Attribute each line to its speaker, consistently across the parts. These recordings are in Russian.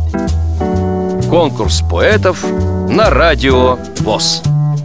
Speaker 1: Конкурс поэтов на Радио ВОС.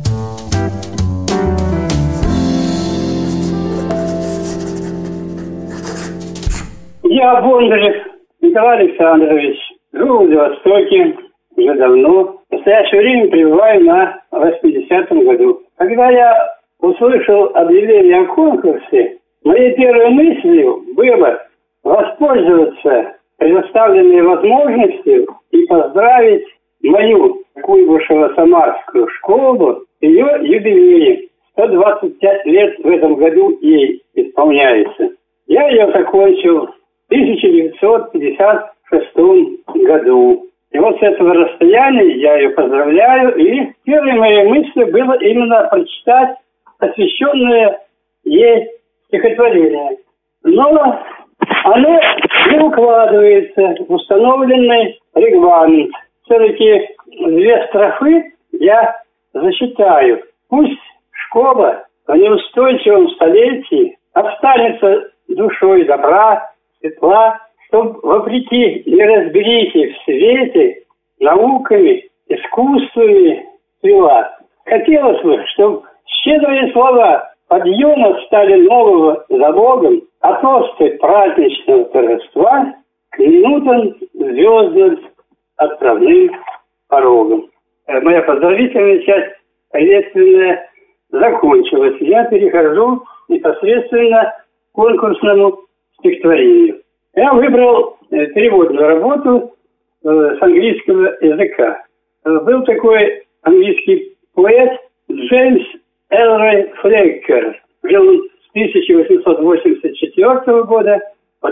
Speaker 2: Я Бондарев Николай Александрович. Живу в Владивостоке уже давно. В настоящее время пребываю на 80-м году. Когда я услышал объявление о конкурсе, моей первой мыслью было воспользоваться предоставленной возможностью и поздравить мою Куйбышево-Самарскую школу с ее юбилеем. 125 лет в этом году ей исполняется. Я ее закончил в 1956 году. И вот с этого расстояния я ее поздравляю. И первой моей мыслью было именно прочитать посвященное ей стихотворение. Но оно не укладывается в установленный регламент. Все-таки 2 строфы я зачитаю. Пусть школа в неустойчивом столетии останется душой добра, светла, чтобы вопреки неразберихе в свете науками, искусствами цвела. Хотелось бы, чтобы щедрые слова подъема стали нового залогом, а тосты праздничного торжества к минутам звездным отправным порогом. Моя поздравительная часть приветственная закончилась. Я перехожу непосредственно к конкурсному стихотворению. Я выбрал переводную работу с английского языка. Был такой английский поэт Джеймс Элрой Флеккер. Жил он с 1884 года по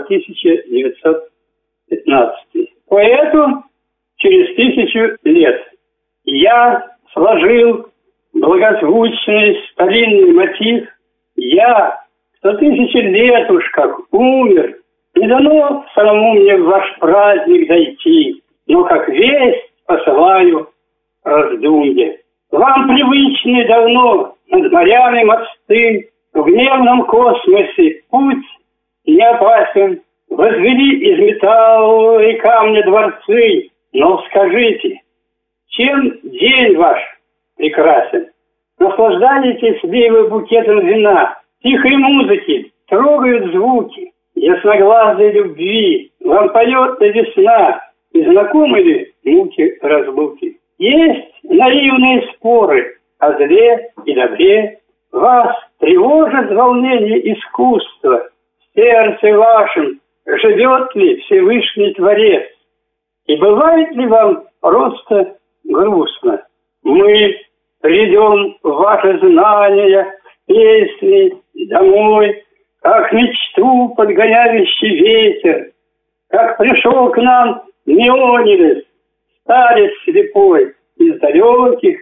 Speaker 2: 1915. Поэту через 1000 лет я сложил благозвучный старинный мотив. Я 100 000 лет уж как умер, не дано самому мне в ваш праздник дойти, но как весть посылаю раздумье. Вам привычны давно над морями мосты, в гневном космосе путь не опасен. Возвели из металла и камня дворцы, но скажите, чем день ваш прекрасен? Наслаждаетесь ли вы букетом вина, тихой музыки, трогают звуки, ясноглазой любви, вам поет весна, и знакомы ли муки разлуки? Есть наивные споры о зле и добре, вас тревожит волнение искусства, в сердце вашем живет ли Всевышний Творец? И бывает ли вам просто грустно? Мы придем в ваши знания, песни домой, как мечту подгоняющий ветер, как пришел к нам Неонидес, старец слепой из далеких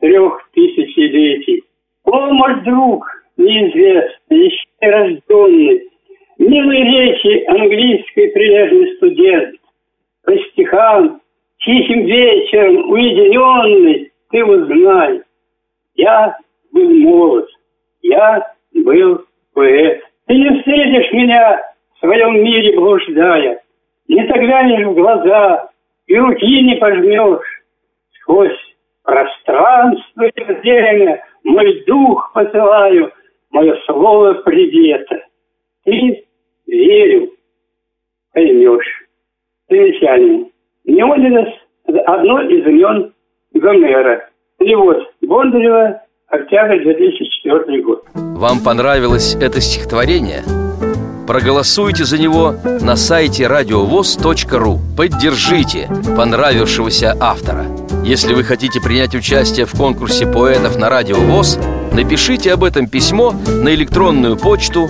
Speaker 2: 3000-летий. О, мой друг неизвестный, еще не рожденный, милые речи английской прилежный студент, по стихам, тихим вечером уединенный, ты узнай. Я был молод, я был поэт. Ты не встретишь меня в своем мире блуждая, не заглянешь в глаза и руки не пожмешь. Сквозь пространство и время мой дух посылаю, мое слово привета. Ты, верю, поймешь. Примечание. Неонидес – одно из имен Гомера. Перевод Бондарева, октябрь 2004 год.
Speaker 1: Вам понравилось это стихотворение? Проголосуйте за него на сайте radiovoz.ru. Поддержите понравившегося автора. Если вы хотите принять участие в конкурсе поэтов на Радио ВОС, напишите об этом письмо на электронную почту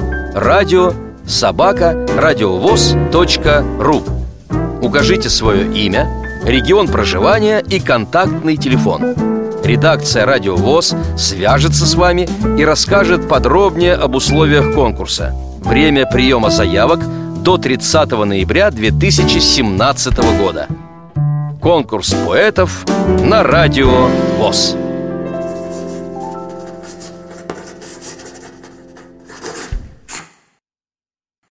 Speaker 1: radio@radiovoz.ru. Укажите свое имя, регион проживания и контактный телефон. Редакция Радио ВОС свяжется с вами и расскажет подробнее об условиях конкурса. Время приема заявок до 30 ноября 2017 года. Конкурс поэтов на Радио ВОС.